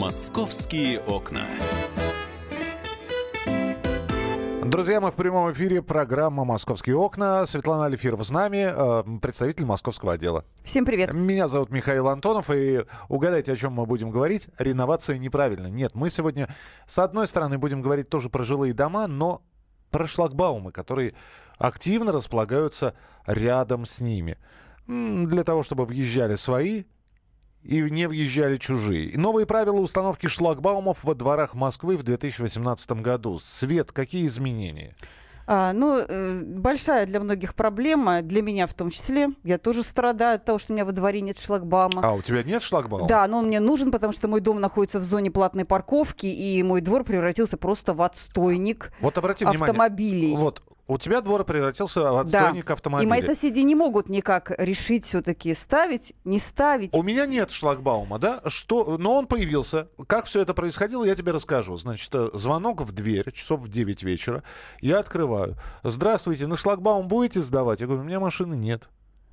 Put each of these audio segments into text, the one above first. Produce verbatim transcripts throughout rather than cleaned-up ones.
«Московские окна». Друзья, мы в прямом эфире. Программа «Московские окна». Светлана Алифирова с нами, представитель московского отдела. Всем привет. Меня зовут Михаил Антонов. И угадайте, о чем мы будем говорить. Реновация неправильно. Нет, мы сегодня, с одной стороны, будем говорить тоже про жилые дома, но про шлагбаумы, которые активно располагаются рядом с ними. Для того, чтобы въезжали свои и не въезжали чужие. Новые правила установки шлагбаумов во дворах Москвы в две тысячи восемнадцатом году. Свет, какие изменения? А, ну, э, большая для многих проблема, для меня в том числе. Я тоже страдаю от того, что у меня во дворе нет шлагбаума. А у тебя нет шлагбаума? Да, но он мне нужен, потому что мой дом находится в зоне платной парковки, и мой двор превратился просто в отстойник вот обрати автомобилей. Внимание, вот. У тебя двор превратился в отстойник да. автомобиля. И мои соседи не могут никак решить все-таки ставить, не ставить. У меня нет шлагбаума, да? Что? Но он появился. Как все это происходило, я тебе расскажу. Значит, звонок в дверь, часов в девять вечера. Я открываю. Здравствуйте, на шлагбаум будете сдавать? Я говорю, у меня машины нет.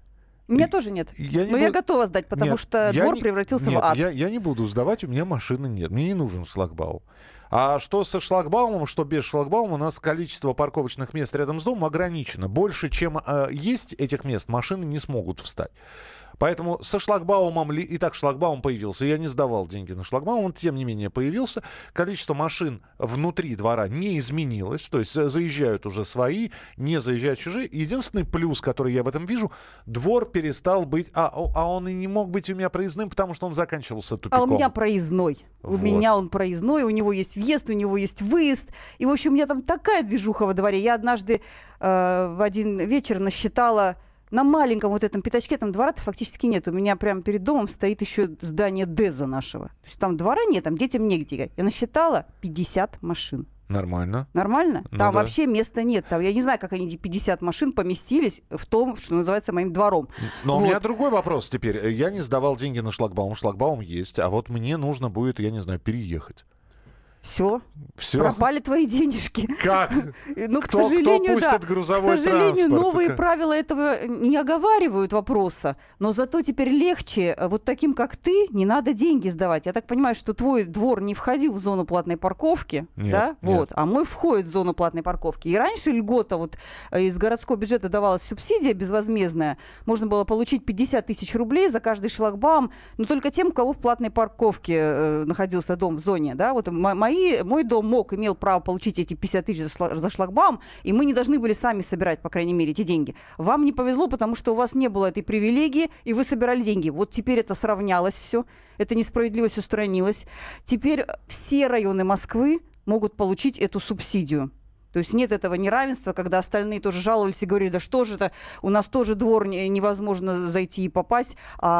У меня тоже нет. Я не Но буду... я готова сдать, потому нет, что двор не... превратился нет, в ад. Я, я не буду сдавать, у меня машины нет. Мне не нужен шлагбаум. А что со шлагбаумом, что без шлагбаума, у нас количество парковочных мест рядом с домом ограничено. Больше, чем э, есть этих мест, машины не смогут встать. Поэтому со шлагбаумом, и так шлагбаум появился, я не сдавал деньги на шлагбаум, он тем не менее появился. Количество машин внутри двора не изменилось, то есть заезжают уже свои, не заезжают чужие. Единственный плюс, который я в этом вижу, двор перестал быть, а, а он и не мог быть у меня проездным, потому что он заканчивался тупиком. А у меня проездной. Вот. У меня он проездной, у него есть въезд, у него есть выезд. И, в общем, у меня там такая движуха во дворе. Я однажды э, в один вечер насчитала... На маленьком вот этом пятачке там двора-то фактически нет. У меня прямо перед домом стоит еще здание ДЭЗа нашего. То есть там двора нет, там детям негде. Я насчитала пятьдесят машин. Нормально. Нормально? Ну, там да. вообще места нет. Там, я не знаю, как они эти пятьдесят машин поместились в том, что называется моим двором. Но вот. У меня другой вопрос теперь. Я не сдавал деньги на шлагбаум. Шлагбаум есть, а вот мне нужно будет, я не знаю, переехать. Все. Все. Пропали твои денежки. Как? Ну, кто, к сожалению, кто пустит да. грузовой К сожалению, транспорт? новые правила этого не оговаривают вопроса. Но зато теперь легче. Вот таким, как ты, не надо деньги сдавать. Я так понимаю, что твой двор не входил в зону платной парковки, нет, да? Нет. Вот. А мой входит в зону платной парковки. И раньше льгота вот из городского бюджета давалась субсидия безвозмездная. Можно было получить пятьдесят тысяч рублей за каждый шлагбаум, но только тем, у кого в платной парковке э, находился дом в зоне, да? Вот мои, мой дом мог, имел право получить эти пятьдесят тысяч за шлагбаум, и мы не должны были сами собирать, по крайней мере, эти деньги. Вам не повезло, потому что у вас не было этой привилегии, и вы собирали деньги. Вот теперь это сравнялось все, эта несправедливость устранилась. Теперь все районы Москвы могут получить эту субсидию. То есть нет этого неравенства, когда остальные тоже жаловались и говорили, да что же это, у нас тоже двор не, невозможно зайти и попасть,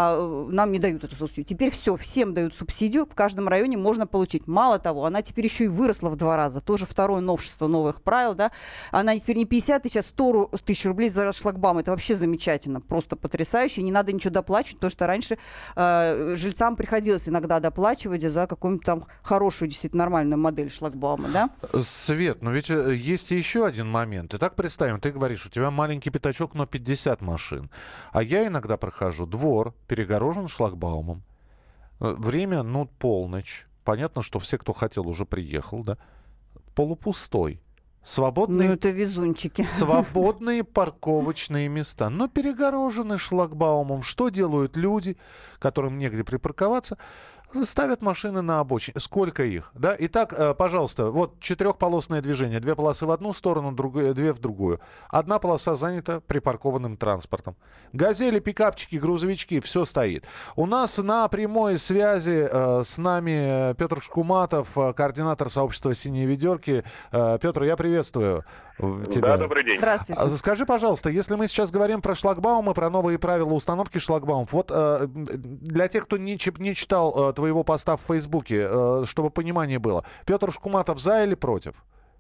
а нам не дают эту субсидию. Теперь все, всем дают субсидию, в каждом районе можно получить. Мало того, она теперь еще и выросла в два раза. Тоже второе новшество новых правил, да. Она теперь не пятьдесят тысяч, а сто тысяч рублей за шлагбаум. Это вообще замечательно, просто потрясающе. Не надо ничего доплачивать, потому что раньше э, жильцам приходилось иногда доплачивать за какую-нибудь там хорошую, действительно нормальную модель шлагбаума, да. Свет, но ведь есть еще один момент. Итак, представим, ты говоришь, у тебя маленький пятачок, но пятьдесят машин. А я иногда прохожу, двор перегорожен шлагбаумом. Время, ну, полночь. Понятно, что все, кто хотел, уже приехал, да? Полупустой. Свободные, ну, это везунчики. Свободные парковочные места, но перегорожены шлагбаумом. Что делают люди, которым негде припарковаться? Ставят машины на обочине. Сколько их? Да? Итак, пожалуйста, вот четырехполосное движение. Две полосы в одну сторону, другую, две в другую. Одна полоса занята припаркованным транспортом. Газели, пикапчики, грузовички, все стоит. У нас на прямой связи э, с нами Петр Шкуматов, координатор сообщества «Синие ведерки». Э, Петр, я приветствую тебя. Да, добрый день. Здравствуйте. Скажи, пожалуйста, если мы сейчас говорим про шлагбаумы, про новые правила установки шлагбаумов, вот э, для тех, кто не, не читал э, твоего поста в Фейсбуке, э, чтобы понимание было, Петр Шкуматов за или против?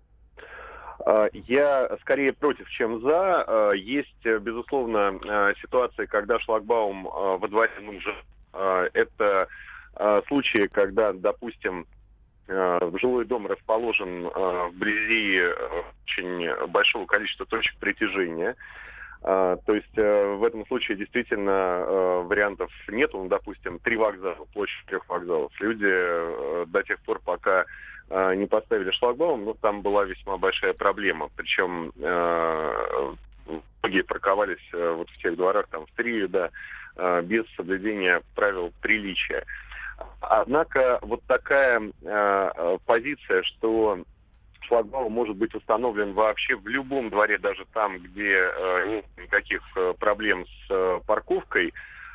Я скорее против, чем за. Есть, безусловно, ситуации, когда шлагбаум во дворе нужен. Это случаи, когда, допустим, жилой дом расположен вблизи очень большого количества точек притяжения. А, то есть а, в этом случае действительно а, вариантов нет. Ну, допустим, три вокзала, площадь трех вокзалов. Люди а, до тех пор, пока а, не поставили шлагбаум, ну, там была весьма большая проблема. Причем а, многие парковались а, вот в тех дворах, там, в три ряда, а, без соблюдения правил приличия. Однако вот такая а, позиция, что шлагбаум может быть установлен вообще в любом дворе, даже там, где э, нет никаких э, проблем с э, парковкой,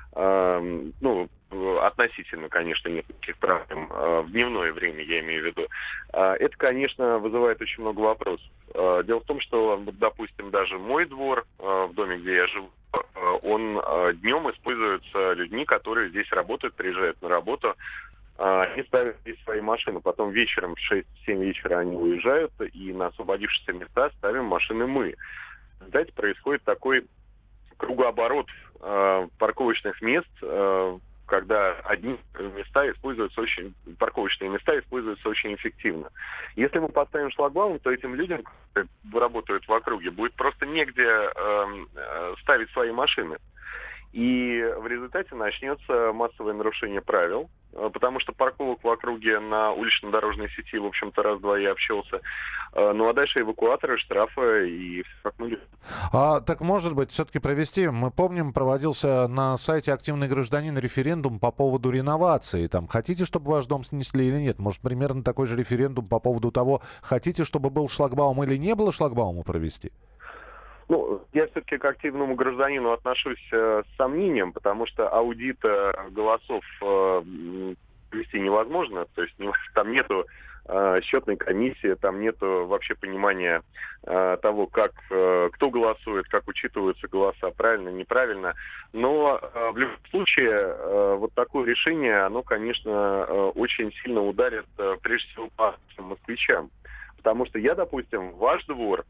э, ну, относительно, конечно, нет никаких проблем, э, в дневное время, я имею в виду, э, это, конечно, вызывает очень много вопросов. Э, дело в том, что, вот, допустим, даже мой двор, э, в доме, где я живу, э, он э, днем используется людьми, которые здесь работают, приезжают на работу. Они ставят здесь свои машины, потом вечером в шесть-семь вечера они уезжают, и на освободившиеся места ставим машины мы. В результате происходит такой кругооборот э, парковочных мест, э, когда одни места используются очень, парковочные места используются очень эффективно. Если мы поставим шлагбаум, то этим людям, которые работают в округе, будет просто негде э, э, ставить свои машины. И в результате начнется массовое нарушение правил, потому что парковок в округе на улично-дорожной сети, в общем-то, раз-два я общался. Ну, а дальше эвакуаторы, штрафы и все как мы любим. А, так, может быть, все-таки провести, мы помним, проводился на сайте «Активный гражданин» референдум по поводу реновации. Там, хотите, чтобы ваш дом снесли или нет? Может, примерно такой же референдум по поводу того, хотите, чтобы был шлагбаум или не было шлагбаума, провести? Ну, я все-таки к активному гражданину отношусь э, с сомнением, потому что аудита голосов э, вести невозможно. То есть не, там нету э, счетной комиссии, там нету вообще понимания э, того, как, э, кто голосует, как учитываются голоса, правильно, неправильно. Но э, в любом случае э, вот такое решение, оно, конечно, э, очень сильно ударит э, прежде всего по москвичам. Потому что я, допустим, в ваш двор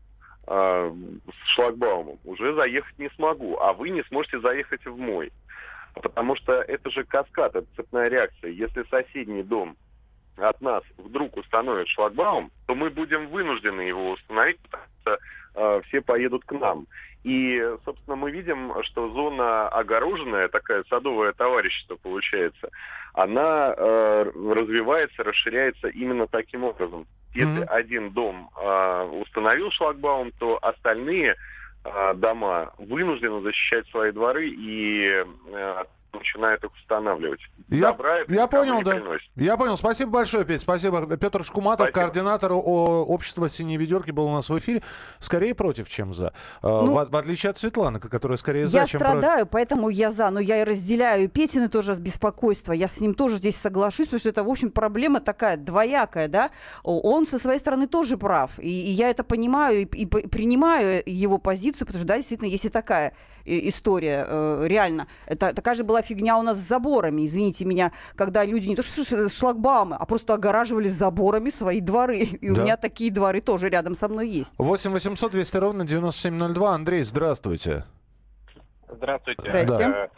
с шлагбаумом уже заехать не смогу, а вы не сможете заехать в мой. Потому что это же каскад, это цепная реакция. Если соседний дом от нас вдруг установит шлагбаум, то мы будем вынуждены его установить, потому что э, все поедут к нам. И, собственно, мы видим, что зона огороженная, такая садовое товарищество получается, она э, развивается, расширяется именно таким образом. Если mm-hmm. один дом э, установил шлагбаум, то остальные э, дома вынуждены защищать свои дворы и э, начинают их устанавливать. Я, я понял, да. Я понял. Спасибо большое, Петь. Спасибо. Петр Шкуматов, Спасибо. Координатор общества «Синие ведерки», был у нас в эфире. Скорее против, чем за. Ну, в, в отличие от Светланы, которая скорее за, я чем против. Я страдаю, против. поэтому я за. Но я и разделяю Петины тоже беспокойство. Я с ним тоже здесь соглашусь, потому что это, в общем, проблема такая двоякая, да. Он со своей стороны тоже прав. И, и я это понимаю и, и принимаю его позицию, потому что, да, действительно, есть и такая история. Э, реально. Это такая же была фигня у нас с заборами, извините меня, когда люди не то что шлагбаумы, а просто огораживали заборами свои дворы. И да. У меня такие дворы тоже рядом со мной есть. восемь восемьсот двести ровно девяносто семь ноль два. Андрей, здравствуйте. Здравствуйте. Здрасте.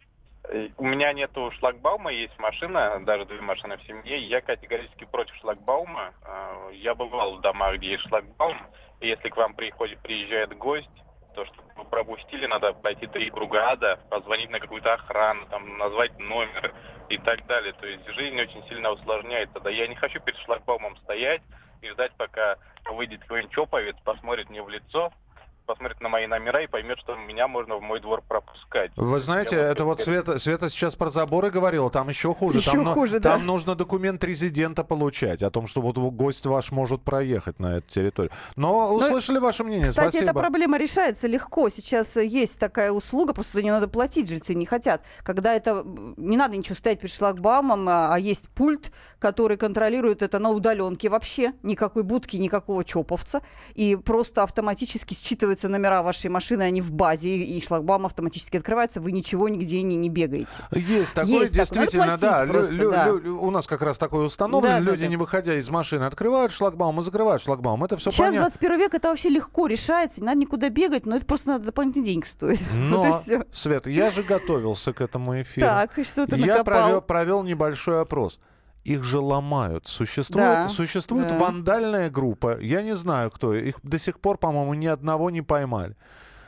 У меня нету шлагбаума, есть машина, даже две машины в семье. Я категорически против шлагбаума. Я бывал в домах, где есть шлагбаум. И если к вам приходит, приезжает гость, то, чтобы вы пропустили, надо пройти три круга ада, позвонить на какую-то охрану, там, назвать номер и так далее. То есть жизнь очень сильно усложняется. Да я не хочу перед шлагбаумом стоять и ждать, пока выйдет какой-нибудь чоповец, посмотрит мне в лицо, посмотрит на мои номера и поймет, что меня можно в мой двор пропускать. Вы знаете, я это вот Света, Света сейчас про заборы говорила, там еще хуже. Еще там, хуже, да. Там нужно документ резидента получать о том, что вот гость ваш может проехать на эту территорию. Но услышали Но, ваше мнение, кстати, спасибо. эта проблема решается легко. Сейчас есть такая услуга, просто за нее надо платить, жильцы не хотят. Когда это не надо ничего стоять перед шлагбаумом, а, а есть пульт, который контролирует это на удаленке вообще. Никакой будки, никакого чоповца. И просто автоматически считывается номера вашей машины, они в базе, и шлагбаум автоматически открывается, вы ничего нигде не, не бегаете. Есть такое, есть действительно, да. Просто, лю, да. Лю, лю, у нас как раз такое установлено. Да, люди, да, да. не выходя из машины, открывают шлагбаум и закрывают шлагбаум. Это все Сейчас понятно. двадцать первый век, это вообще легко решается, не надо никуда бегать, но это просто надо дополнительный денег стоит. Но, вот и все. Света, я же готовился к этому эфиру. Так, и что ты Я накопал? провел, провел небольшой опрос. Их же ломают. Существует, да, существует да. вандальная группа. Я не знаю, кто. Их до сих пор, по-моему, ни одного не поймали.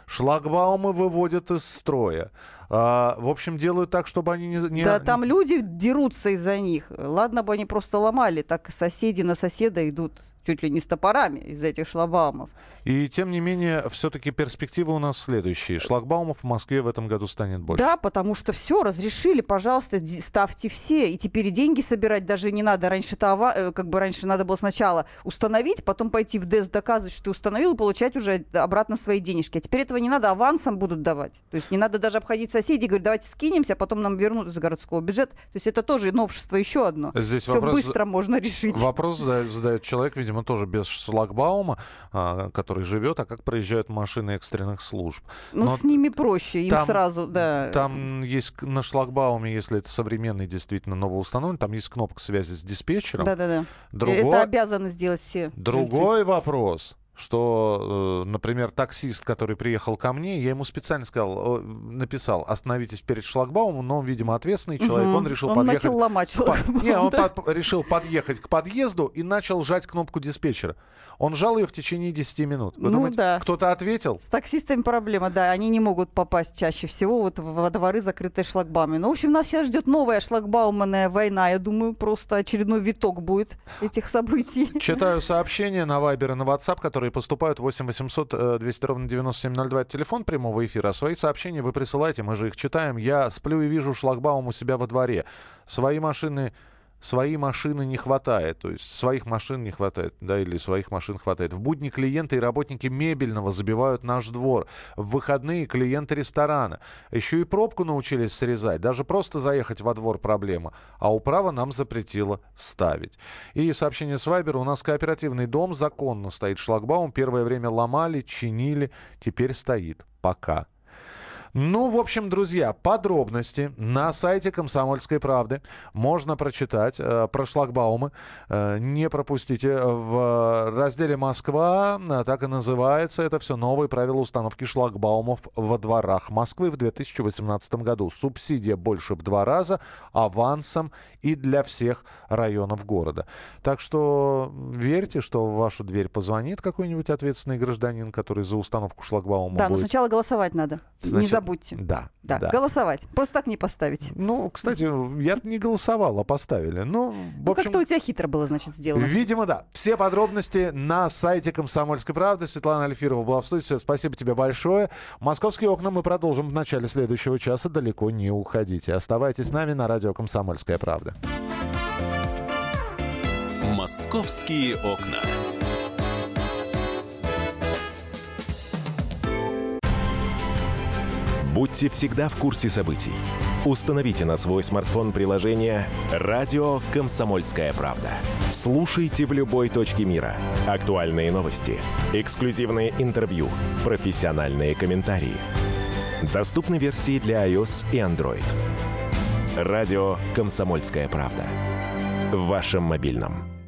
шлагбаумы выводят из строя. А, в общем, делают так, чтобы они не... не... Да там люди дерутся из-за них. Ладно бы они просто ломали, так соседи на соседа идут чуть ли не с топорами из этих шлагбаумов. И тем не менее, все-таки перспективы у нас следующие. Шлагбаумов в Москве в этом году станет больше. Да, потому что все, разрешили, пожалуйста, д- ставьте все. И теперь и деньги собирать даже не надо. Раньше-то ава- э, как бы раньше надо было сначала установить, потом пойти в ДЭС доказывать, что ты установил, и получать уже обратно свои денежки. А теперь этого не надо, авансом будут давать. То есть не надо даже обходить соседей, говорить, давайте скинемся, а потом нам вернут из городского бюджета. То есть это тоже новшество еще одно. Здесь Все вопрос- быстро можно решить. Вопрос задает, задает человек, видимо, тоже без шлагбаума, а, который живет, а как проезжают машины экстренных служб. Ну, Но с ними проще, им там- сразу, да. Там есть к- на шлагбауме, если это современный, действительно новоустановленный, там есть кнопка связи с диспетчером. Да-да-да. Другой, Это обязаны сделать все жильцы. другой вопрос, что, э, например, таксист, который приехал ко мне, я ему специально сказал, э, написал, остановитесь перед шлагбаумом, но он, видимо, ответственный человек, Мгм. он решил Он подъехать... начал ломать По- шлагбаум, Не, он да. под- решил подъехать к подъезду и начал жать кнопку диспетчера. Он жал ее в течение десяти минут. Вы Ну думаете, да. кто-то ответил? С таксистами проблема, да, они не могут попасть чаще всего вот во дворы, закрытые шлагбаумами. Ну, в общем, нас сейчас ждет новая шлагбаумная война, я думаю, просто очередной виток будет этих событий. Читаю сообщения на Вайбер и на WhatsApp, которые поступают восемь восемьсот двести ровно девяносто семь ноль два. Это телефон прямого эфира. Свои сообщения вы присылаете, мы же их читаем. Я сплю и вижу шлагбаум у себя во дворе. Свои машины... Свои машины не хватает, то есть своих машин не хватает, да, или своих машин хватает. В будни клиенты и работники мебельного забивают наш двор. В выходные клиенты ресторана. Еще и пробку научились срезать. Даже просто заехать во двор проблема. А управа нам запретила ставить. И сообщение с Вайбера. У нас кооперативный дом, законно стоит шлагбаум. Первое время ломали, чинили, теперь стоит. Пока. Ну, в общем, друзья, подробности на сайте «Комсомольской правды» можно прочитать э, про шлагбаумы. Э, не пропустите. В разделе «Москва», э, так и называется это все, новые правила установки шлагбаумов во дворах Москвы в две тысячи восемнадцатом году. Субсидия больше в два раза, авансом и для всех районов города. Так что верьте, что в вашу дверь позвонит какой-нибудь ответственный гражданин, который за установку шлагбаума Да, но будет... сначала голосовать надо. Не Значит, забудьте. Да, Да, да. голосовать. Просто так не поставить. Ну, кстати, я не голосовал, а поставили. Ну, в Ну, общем, как-то у тебя хитро было, значит, сделано. видимо, да. Все подробности на сайте «Комсомольской правды». Светлана Альфирова была в студии. Свет, спасибо тебе большое. «Московские окна» мы продолжим в начале следующего часа. Далеко не уходите. Оставайтесь с нами на радио «Комсомольская правда». «Московские окна». Будьте всегда в курсе событий. Установите на свой смартфон приложение «Радио Комсомольская правда». Слушайте в любой точке мира. Актуальные новости, эксклюзивные интервью, профессиональные комментарии. Доступны версии для iOS и Android. «Радио Комсомольская правда». В вашем мобильном.